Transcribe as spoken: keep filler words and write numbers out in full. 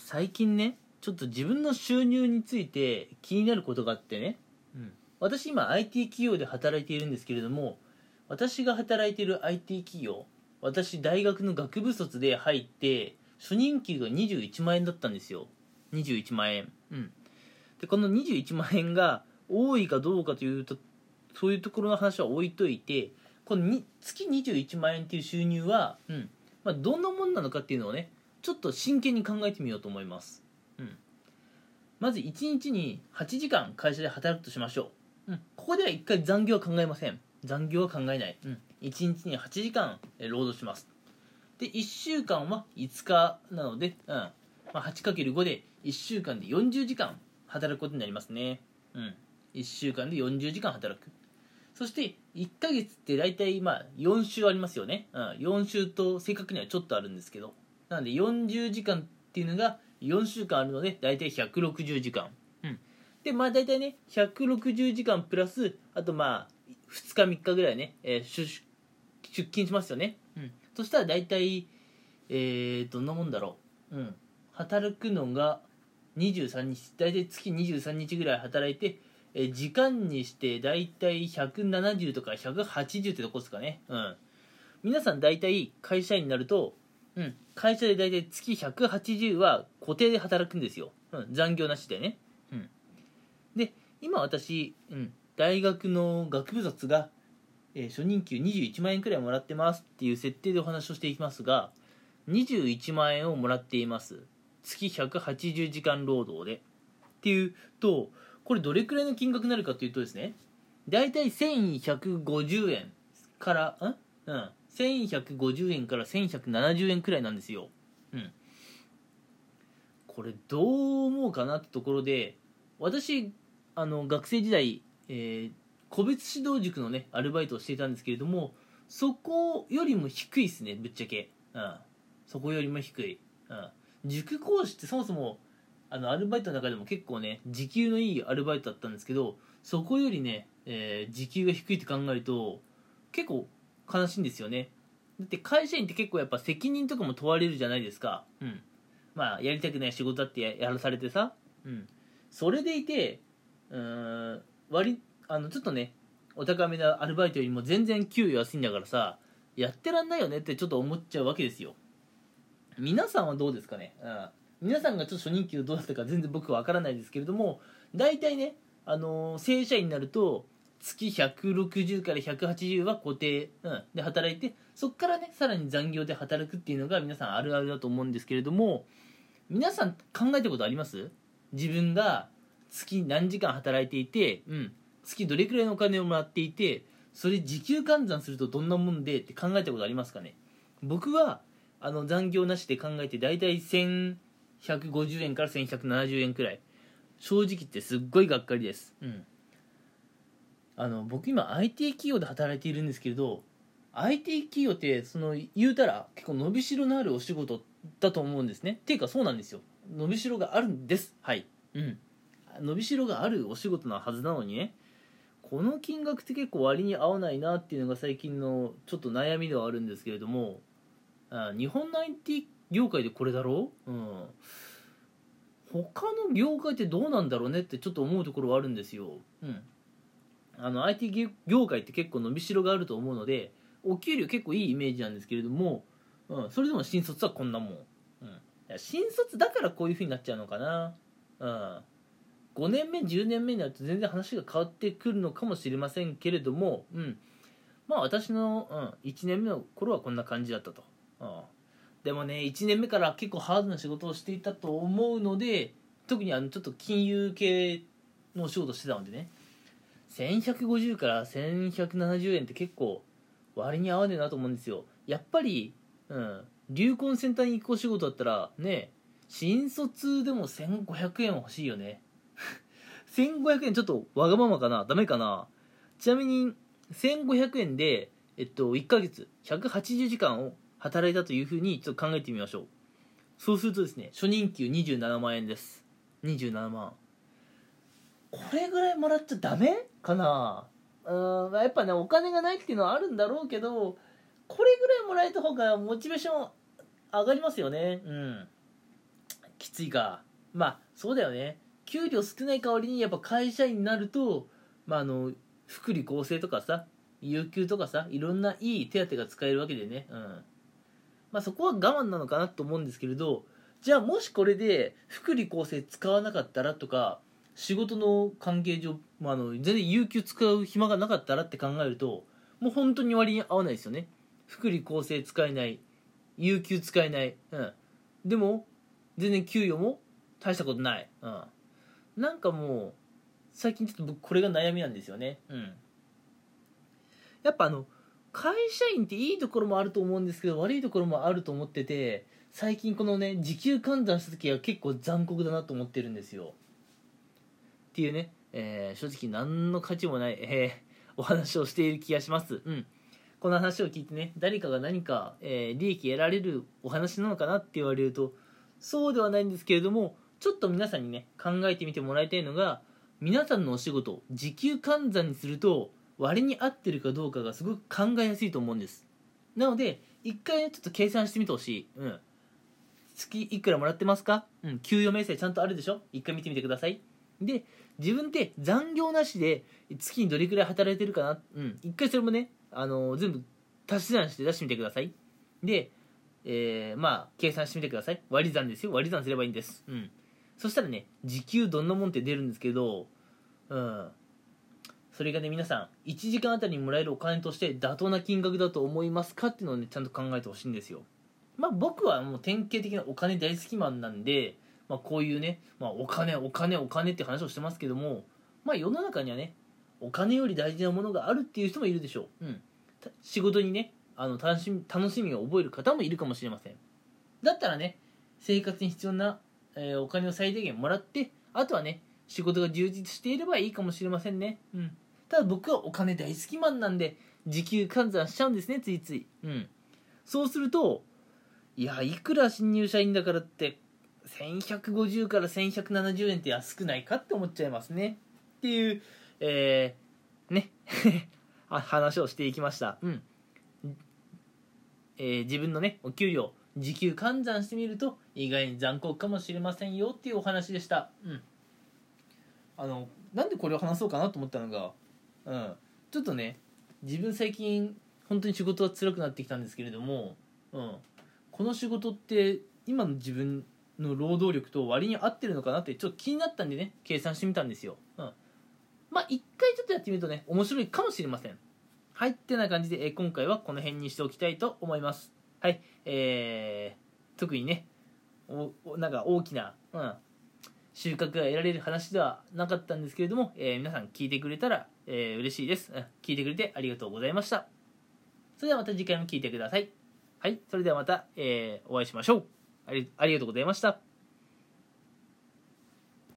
最近ねちょっと自分の収入について気になることがあってね、うん、私今 アイティー 企業で働いているんですけれども、私が働いている アイティー 企業、私大学の学部卒で入って初任給がにじゅういちまん円だったんですよ。にじゅういちまん円、うん、でこのにじゅういちまん円が多いかどうかというと、そういうところの話は置いといて、このに月にじゅういちまん円っていう収入は、うんまあ、どんなもんなのかっていうのをねちょっと真剣に考えてみようと思います、うん、まずいちにちにはちじかん会社で働くとしましょう、うん、ここではいっかい残業は考えません。残業は考えない、うん、いちにちにはちじかん労働します。でいっしゅうかんはいつかなので、うんまあ、はちかけるご でいっしゅうかんでよんじゅうじかん働くことになりますね、うん、いっしゅうかんでよんじゅうじかん働く。そしていっかげつって大体まあよん週ありますよね、うん、よん週と正確にはちょっとあるんですけど、なのでよんじゅうじかんっていうのがよんしゅうかんあるので大体ひゃくろくじゅうじかん、うん、でまあ大体ねひゃくろくじゅうじかんプラスあとまあふつかみっかぐらいね、えー、出出勤しますよね、うん、そしたら大体えーどんなもんだろう、うん、働くのがにじゅうさんにち、大体月にじゅうさんにちぐらい働いて、え時間にしてだいたいひゃくななじゅうとかひゃくはちじゅうってとこですかね、うん、皆さんだいたい会社員になると、うん、会社でだいたい月ひゃくはちじゅうは固定で働くんですよ、うん、残業なしでね、うん、で今私、うん、大学の学部卒が、えー、初任給にじゅういちまん円くらいもらってますっていう設定でお話をしていきますが、にじゅういちまん円をもらっています。月ひゃくはちじゅうじかん労働でっていうと、これどれくらいの金額になるかというとですね、だいたいせんひゃくごじゅうえんからんうんせんひゃくごじゅうえんからせんひゃくななじゅうえんくらいなんですよ。うん。これどう思うかなってところで、私あの学生時代、えー個別指導塾のねアルバイトをしていたんですけれども、そこよりも低いですね、ぶっちゃけ。うん。そこよりも低い。うん。塾講師ってそもそもあのアルバイトの中でも結構ね時給のいいアルバイトだったんですけど、そこよりね、えー時給が低いって考えると結構悲しいんですよね。だって会社員って結構やっぱ責任とかも問われるじゃないですか。うん。まあやりたくない仕事だって や, やらされてさ、うん。それでいて、うーん割あのちょっとねお高めなアルバイトよりも全然給与安いんだからさ、やってらんないよねってちょっと思っちゃうわけですよ。皆さんはどうですかね、うん、皆さんがちょっと初任給どうだったか全然僕は分からないですけれども、大体ね、あのー正社員になると月ひゃくろくじゅうからひゃくはちじゅうは固定、うん、で働いて、そこからねさらに残業で働くっていうのが皆さんあるあるだと思うんですけれども、皆さん考えたことあります？自分が月何時間働いていて、うん、月どれくらいのお金をもらっていて、それ時給換算するとどんなもんでって考えたことありますかね？僕はあの残業なしで考えてだいたいせんひゃくごじゅうえんからせんひゃくななじゅうえんくらい。正直言ってすっごいがっかりです、うん、あの僕今 アイティー 企業で働いているんですけれど、 アイティー 企業ってその言うたら結構伸びしろのあるお仕事だと思うんですね。っていうかそうなんですよ、伸びしろがあるんです。はい、うん、伸びしろがあるお仕事なはずなのにね、この金額って結構割に合わないなっていうのが最近のちょっと悩みではあるんですけれども、あ日本の アイティー 業界でこれだろう、うん、他の業界ってどうなんだろうねってちょっと思うところはあるんですよ、うん、あの アイティー 業界って結構伸びしろがあると思うので、お給料結構いいイメージなんですけれども、うん、それでも新卒はこんなもん、うん、いや新卒だからこういう風になっちゃうのかな、うん、ごねんめじゅうねんめになると全然話が変わってくるのかもしれませんけれども、うん、まあ私の、うん、いちねんめの頃はこんな感じだったと、うん、でもねいちねんめから結構ハードな仕事をしていたと思うので、特にあのちょっと金融系のお仕事してたのでね、せんひゃくごじゅうからせんひゃくななじゅうえんって結構割に合わねえなと思うんですよ。やっぱり、うん、流行センターに行くお仕事だったらね、新卒でもせんごひゃくえん欲しいよねせんごひゃくえんちょっとわがままかな、ダメかな。ちなみにせんごひゃくえんで、えっと、いっかげつひゃくはちじゅうじかんを働いたというふうにちょっと考えてみましょう。そうするとですね、初任給にじゅうななまん円です。にじゅうななまん、これぐらいもらっちゃダメかな。うーんやっぱねお金がないっていうのはあるんだろうけど、これぐらいもらえた方がモチベーション上がりますよね。うんきついか。まあそうだよね。給料少ない代わりにやっぱ会社員になると、まあ、あの福利厚生とかさ、有給とかさ、いろんないい手当が使えるわけでね、うん、まあそこは我慢なのかなと思うんですけれど、じゃあもしこれで福利厚生使わなかったらとか、仕事の関係上、まあ、あの全然有給使う暇がなかったらって考えると、もう本当に割に合わないですよね。福利厚生使えない、有給使えない、うん、でも全然給与も大したことない、うん、なんかもう最近ちょっと僕これが悩みなんですよね。うん、やっぱあの会社員っていいところもあると思うんですけど、悪いところもあると思ってて、最近このね時給換算した時は結構残酷だなと思ってるんですよっていうね、えー、正直何の価値もない、えー、お話をしている気がします。うん、この話を聞いてね、誰かが何か、えー、利益得られるお話なのかなって言われるとそうではないんですけれども、ちょっと皆さんにね考えてみてもらいたいのが、皆さんのお仕事時給換算にすると割に合ってるかどうかがすごく考えやすいと思うんです。なので一回ねちょっと計算してみてほしい。うん、月いくらもらってますか、うん、給与明細ちゃんとあるでしょ、一回見てみてください。で自分で残業なしで月にどれくらい働いてるかな、うん、一回それもね、あのー全部足し算して出してみてください。で、えー、まあ計算してみてください。割り算ですよ、割り算すればいいんです。うん、そしたらね時給どんなもんって出るんですけど、うん、それがね皆さんいちじかんあたりにもらえるお金として妥当な金額だと思いますかっていうのをねちゃんと考えてほしいんですよ。まあ僕はもう典型的なお金大好きマンなんで、まあ、こういうね、まあ、お金お金お金って話をしてますけども、まあ世の中にはねお金より大事なものがあるっていう人もいるでしょう。うん、仕事にねあの楽しみ楽しみを覚える方もいるかもしれません。だったらね生活に必要な、えーお金を最低限もらって、あとはね仕事が充実していればいいかもしれませんね。うん、ただ僕はお金大好きマンなんで時給換算しちゃうんですね、ついつい。うん、そうすると、いやいくら新入社員だからってせんひゃくごじゅうからせんひゃくななじゅうえんって安くないかって思っちゃいますねっていう、えー、ね話をしていきました。うん、えー、自分のねお給料時給換算してみると意外に残酷かもしれませんよっていうお話でした。うん、あのなんでこれを話そうかなと思ったのが、うん、ちょっとね自分最近本当に仕事が辛くなってきたんですけれども、うん、この仕事って今の自分の労働力と割に合ってるのかなってちょっと気になったんでね計算してみたんですよ。うん、まあ一回ちょっとやってみるとね面白いかもしれません。はいってな感じで、えー今回はこの辺にしておきたいと思います。はい、えー、特にねおおなんか大きな、うん、収穫が得られる話ではなかったんですけれども、えー皆さん聞いてくれたら、えー嬉しいです。うん、聞いてくれてありがとうございました。それではまた次回も聞いてください。はい、それではまた、えーお会いしましょう。ありありがとうございました。